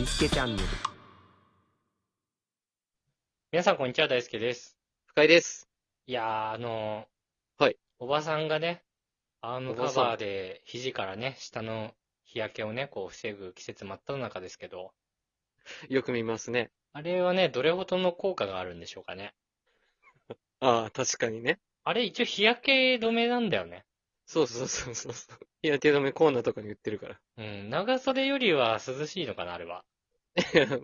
いすけチャンネル。 皆さん、こんにちは。大輔です。 深井です。 いやはい。 おばさんがね、アームカおばさん。 バーで肘からね、下の日焼けをね、こう防ぐ季節真っ只中ですけど、 よく見ますね。 あれはね、どれほどの効果があるんでしょうかね。 ああ、確かにね。 あれ、一応日焼け止めなんだよね。 そう。日焼け止めコーナーとかに売ってるから。 うん、長袖よりは涼しいのかな、あれは。 うん、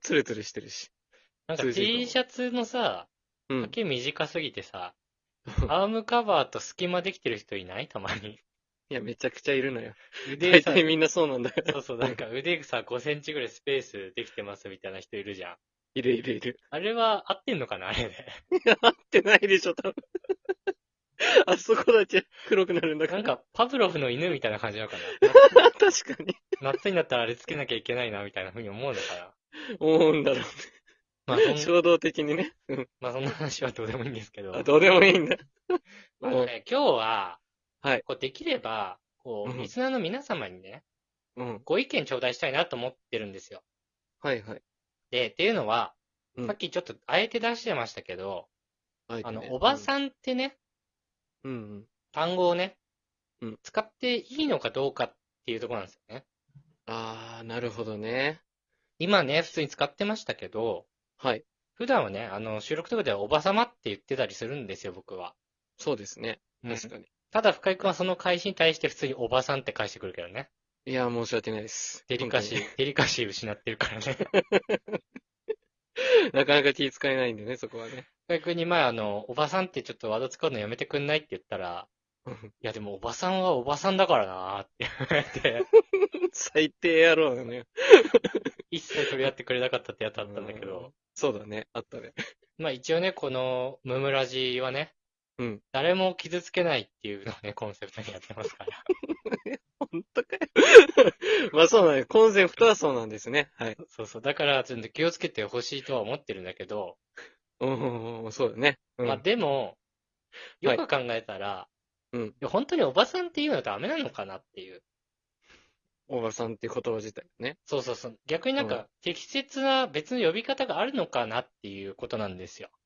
ツルツルしてるし。 なんか涼しいと T 思シャツのさ、 う。うん。 丈短すぎてさ、アームカバーと隙間できてる人いないたまに。 いや、めちゃくちゃいるのよ。 腕さ、 大体みんなそうなんだよ。 そうそう、なんか腕さ、5センチぐらいスペースできてますみたいな人いるじゃん。 いる。 あれは合ってんのかなあれで。 いや、合ってないでしょ、多分。あそこだけ黒くなるんだから。 なんか、パブロフの犬みたいな感じなのかな確かに。 夏になったらあれつけなきゃいけないな、みたいな風に思うのかな。 思うんだろうまあ、 ね。衝動的にね。うん。 そんな話はどうでもいいんですけど。 あ、どうでもいいんだ。 今日は、 はい。 こう、できれば、こう、リうん。 スナーの皆様にね、 うん。 ご意見頂戴したいなと思ってるんですよ。 はい。 で、っていうのは、 うん。 さっきちょっとあえて出してましたけど、 あえてね。 おばさんってね、 うん。 単語をね、 うん使っていいのかどうかっていうところなんですよね。 あー、なるほどね。 今ね、普通に使ってましたけど、 はい。 普段はね、収録とかではおばさまって言ってたりするんですよ、僕は。 そうですね。 うん。 確かに。 ただ、深井くんはその返しに対して普通におばさんって返してくるけどね。 いや、申し訳ないです。 デリカシー失ってるからね。 なかなか気遣えないんでね、そこはね。 深井くんに前おばさんってちょっとワード使うのやめてくんないって言ったら、いやでもおばさんはおばさんだからなーって言われて、 最低野郎なのよ。 一切取り合ってくれなかったってやつあったんだけうんど、 そうだね。あったね。 まあ一応ね、このムムラジはね、 うん。 誰も傷つけないっていうのをね、コンセプトにやってますから。 本当かよ。まあそうなんです。コンセプトはそうなんですね。はい。 そうそう。だから、ちょっと気をつけてほしいとは思ってるんだけど、 そうだね。うまあん。 でも、よはい。 く考えたら、 うん。 いや本当におばさんっていうのはダメなのかなっていう。 おばさんっていう言葉自体ね。 そうそうそう。逆になんうん。 か適切な別の呼び方があるのかなっていうことなんですよ。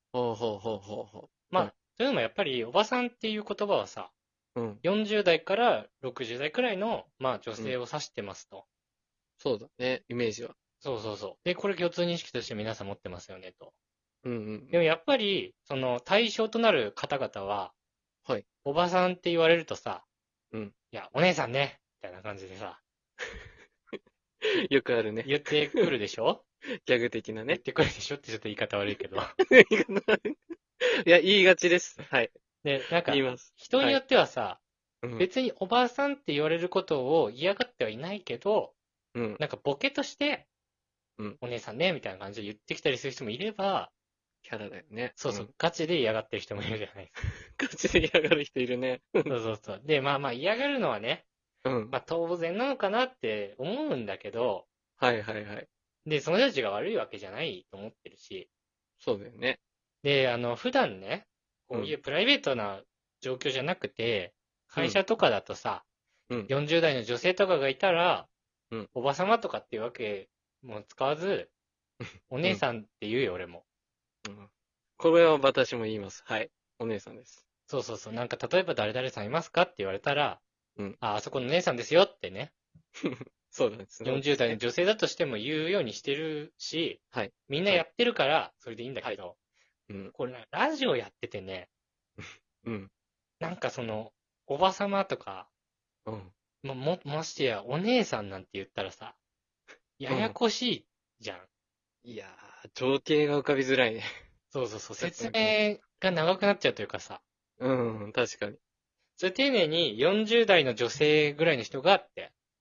まはい。 あ、というのもやっぱりおばさんっていう言葉はさ、 うん。 40代から60代くらいの、まあ女うん。 性を指してますと。 そうだね。イメージは。 そうそうそう。で、これ共通認識として皆さん持ってますよねと。 うん。 でもやっぱり、その対象となる方々は、 はい。 おばさんって言われるとさ、 うん。 いや、お姉さんね、みたいな感じでさ、 よくあるね。 言ってくるでしょギャグ的なね。 言ってくるでしょってちょっと言い方悪いけど。 いや、言いがちです。はい。 で、なんか、 言います。はい。 人によってはさ、 うん。 別におばさんって言われることを嫌がってはいないけど、 うん。 なんかボケとして、 うん。 お姉さんね、みたいな感じで言ってきたりする人もいれば、 キャラだよね。 そうそう、ガチで嫌がってる人もいるじゃないですか。 ガチで嫌がる人いるね。 そうそうそう。で、まあまあ嫌がるのはね、 うん。 まあ当然なのかなって思うんだけど、 はい。 で、その人たちが悪いわけじゃないと思ってるし、 そうだよね。 で、普段ね、こううん。 いうプライベートな状況じゃなくて、 うん。 会社とかだとさ、 うん。 40代の女性とかがいたら、 うん。 おばさまとかっていうわけも使わず、おうん。 姉さんって言うよ、俺も。 うんこれは私も言います。はい。お姉さんです。 そうそうそう。なんか、例えば誰々さんいますかって言われたら、 うん。 あそこの姉さんですよってね、 そうです。そうで 40代のすね。 女性だとしても言うようにしてるし、 はい。 みんなはい。 やってるから、それでいいんだはい。 けど、 うん。 これね、ラジオやっててね、 うん。 なんかその、おばさまとか、 うん。 ましてや、お姉さんなんて言ったらさ、ややうん。 こしいじゃん。 いやー、情景が浮かびづらいね。 そうそうそう。 なか説なかね。 明が長くなっちゃうというかさ、 うん。確かに。 それ丁寧に40代の女性ぐらいの人がって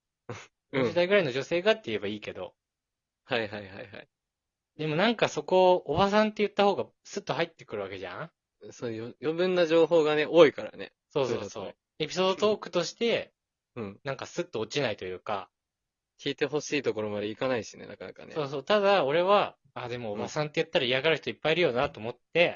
、40 うん。 代ぐらいの女性がって言えばいいけど、 はい。 でもなんかそこ、おばさんって言った方がスッと入ってくるわけじゃん。 そういう余分な情報がね、多いからね。 そうそれだとね。 そうそう。エピソードトークとして、 うん。 なんかスッと落ちないというか、 聞いてほしいところまでいかないしね、なかなかね。 そうそう。ただ、俺は、でもおうん。 ばさんって言ったら嫌がる人いっぱいいるよなと思って、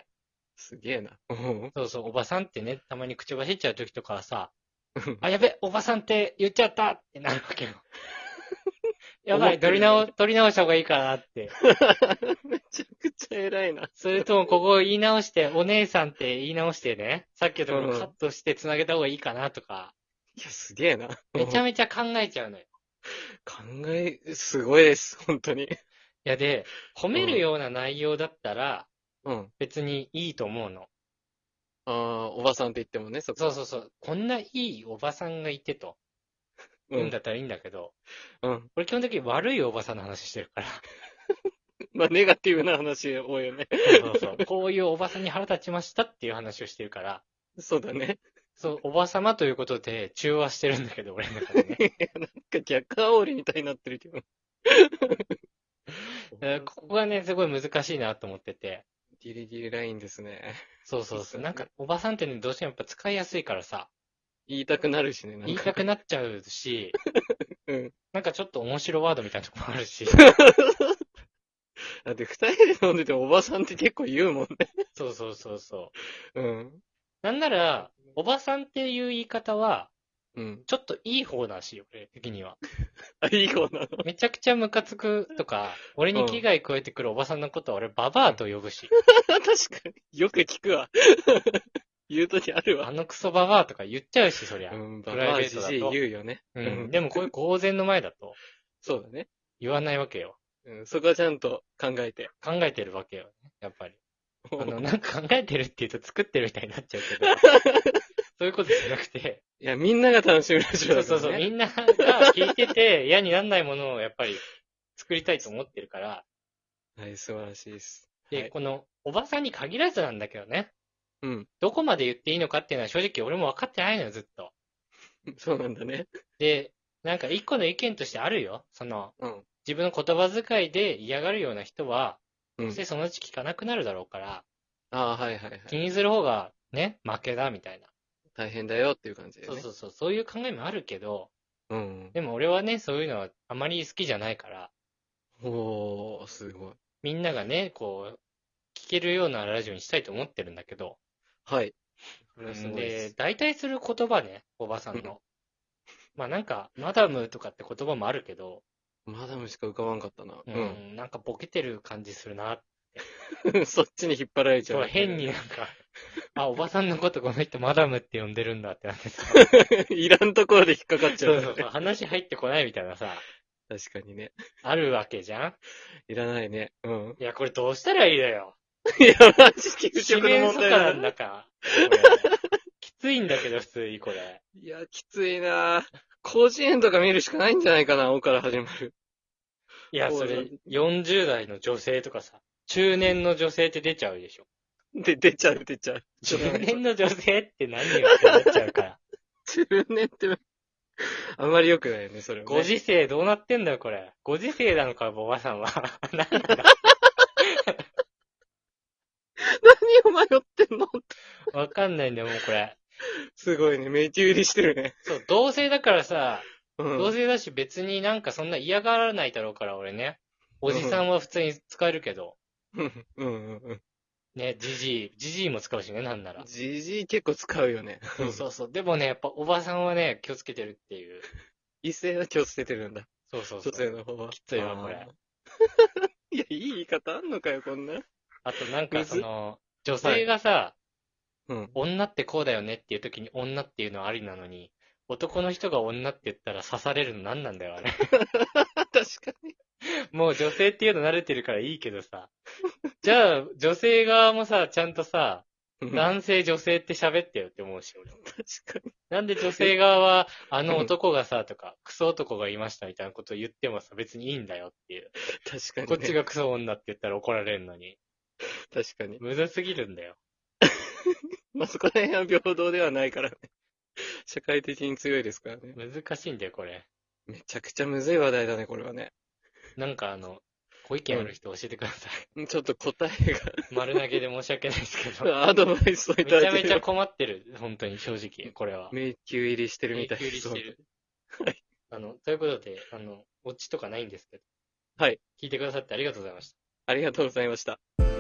すげえな。うんそうそう、おばさんってね、たまに口走っちゃう時とかはさ、やべ、おばさんって言っちゃったってなるわけよ。 やばい、取り直した方がいいかなって。 めちゃくちゃ偉いな。 それとも、ここ言い直して、お姉さんって言い直してね、さっきのところうんカットして繋げた方がいいかなとか、 いや、すげえな。 めちゃめちゃ考えちゃうのよ。 すごいです、本当に。 いやで、褒めるような内容だったら、 うん。 別にいいと思うの。 ああ、おばさんって言ってもね、そこは。 そうそうそう。こんないいおばさんがいてと、 うん。 言うんだったらいいんだけど、 うん。 俺基本的に悪いおばさんの話してるから。 まあ、ネガティブな話多いよね。 そうそうそう。こういうおばさんに腹立ちましたっていう話をしてるから、 そうだね。 そう、おばさまということで中和してるんだけど、俺の中でね。 いや、なんか逆煽りみたいになってるけど。 ここがね、すごい難しいなと思ってて。 ギリギリラインですね。 そうそうそう。 いいっすねなんか、おばさんってね、どうしてもやっぱ使いやすいからさ、 言いたくなるしね、なん言いかね。 たくなっちゃうし、 うん。 なんかちょっと面白ワードみたいなとこもあるし。 だって二人で飲んでておばさんって結構言うもんね。 そうそうそうそう。 うん。 なんなら、おばさんっていう言い方は、 うん。 ちょっといい方だし、俺的には。 あ、いい子なの。 めちゃくちゃムカつくとか、俺に危うん。 害加えてくるおばさんのことは俺ババアと呼ぶし、 確かに。よく聞くわ。言うときあるわ。 あのクソババアとか言っちゃうし、そりゃ。 うん、バプライベバアじじいートだと。 言うよね。 ううん。 ん。でもこういう公然の前だとそうだね。 言わないわけよ。 うん、そこはちゃんと考えて。 考えてるわけよね。やっぱり。なんか考えてるって言うと作ってるみたいになっちゃうけど、そういうことじゃなくて、 いや、みんなが楽しむラジオそうそうそう、 だからね。 みんなが聞いてて嫌にならないものをやっぱり作りたいと思ってるから、 はい、素晴らしいです。はで、 い。 このおばさんに限らずなんだけどね、 うん。 どこまで言っていいのかっていうのは正直俺も分かってないのよ、ずっと。 そうなんだね。 で、なんか一個の意見としてあるよ。 うん。 自分の言葉遣いで嫌がるような人は、 うん。 どうせそのうち聞かなくなるだろうから、 ああ、はいはいはい。 気にする方がね、負けだ、みたいな。 大変だよっていう感じだよね。 そうそうそう、そういう考えもあるけど、 うん。 でも俺はね、そういうのはあまり好きじゃないから、 おー、すごい。 みんながね、聞けるようなラジオにしたいと思ってるんだけど、 はい。それはすごいでで、 す。 代替する言葉ね、おばさんの。まあなんか、マダムとかって言葉もあるけど、 マダムしか浮かばんかったな。 なんかボケてる感じするな。 うん。そっちに引っ張られちゃう。 変になんか、あ、おばさんのことこの人マダムって呼んでるんだってなってさ。 いらんところで引っかかっちゃう。 そうそうそう、話入ってこないみたいなさ、 確かにね。 あるわけじゃん。 いらないね。うん。 いや、これどうしたらいいのよ。 いや、マジ究四極の面楚歌な問題だな。 んだか。これきついんだけど、普通にこれ。 いや、きついな。広辞苑とか見るしかないんじゃないかな、おから始まる。 いや、そ講座れ、40代の女性とかさ、中年の女性って出ちゃうでしょ。 で、出ちゃう。 中年の女性って何よってなっちゃうから。 中年って、あんまり良くないよね、それはね。 ご時世どうなってんだよ、これ。ご時世なのか、おばさんは。何なんだ。 何を迷ってんのわかんないんだよ、もうこれ。 すごいね、迷宮入りしてるね。 そう、同性だからさ、 うん。 同性だし別になんかそんな嫌がらないだろうから、俺ね。おじさんは普通に使えるけど。 うん。うん。 ね、じじいも使うしね、なんなら。 じじい結構使うよね。 そうそうそう。でもね、やっぱおばさんはね、気をつけてるっていう。 異性は気をつけてるんだ。女そうそうそう。 性の方は。 きついわ、これ。 いや、いい言い方あんのかよ、こんな。 あとなんか水女性はい。 がさ、 うん。 女ってこうだよねっていう時に女っていうのはありなのに、男の人が女って言ったら刺されるの何なんだよ、あれ。 確かに。 もう女性っていうの慣れてるからいいけどさ。じゃあ、女性側もさ、ちゃんとさ、 うん。 男性女性って喋ってよって思うし、俺。 確かなんで女性側は、あのに。うん。 男がさ、とか、クソ男がいましたみたいなことを言ってもさ、別にいいんだよっていう。 確かにね。 こっちがクソ女って言ったら怒られるのに。 確かに。 むずすぎるんだよ。 まあ、そこら辺は平等ではないからね。社会的に強いですからね。 難しいんだよ、これ。 めちゃくちゃむずい話題だね、これはね。 なんかご意見ある人教えてください。 ちょっと答え丸投げで申し訳ないですけど。 が、アドバイスをいめただければちゃめちゃ困ってる。本当に正直、これは。 迷宮入りしてるみ永久たいです。 入りしてる。 はい。 ということで、オチとかないんですけど。 はい。 聞いてくださってありがとうございました。 ありがとうございました。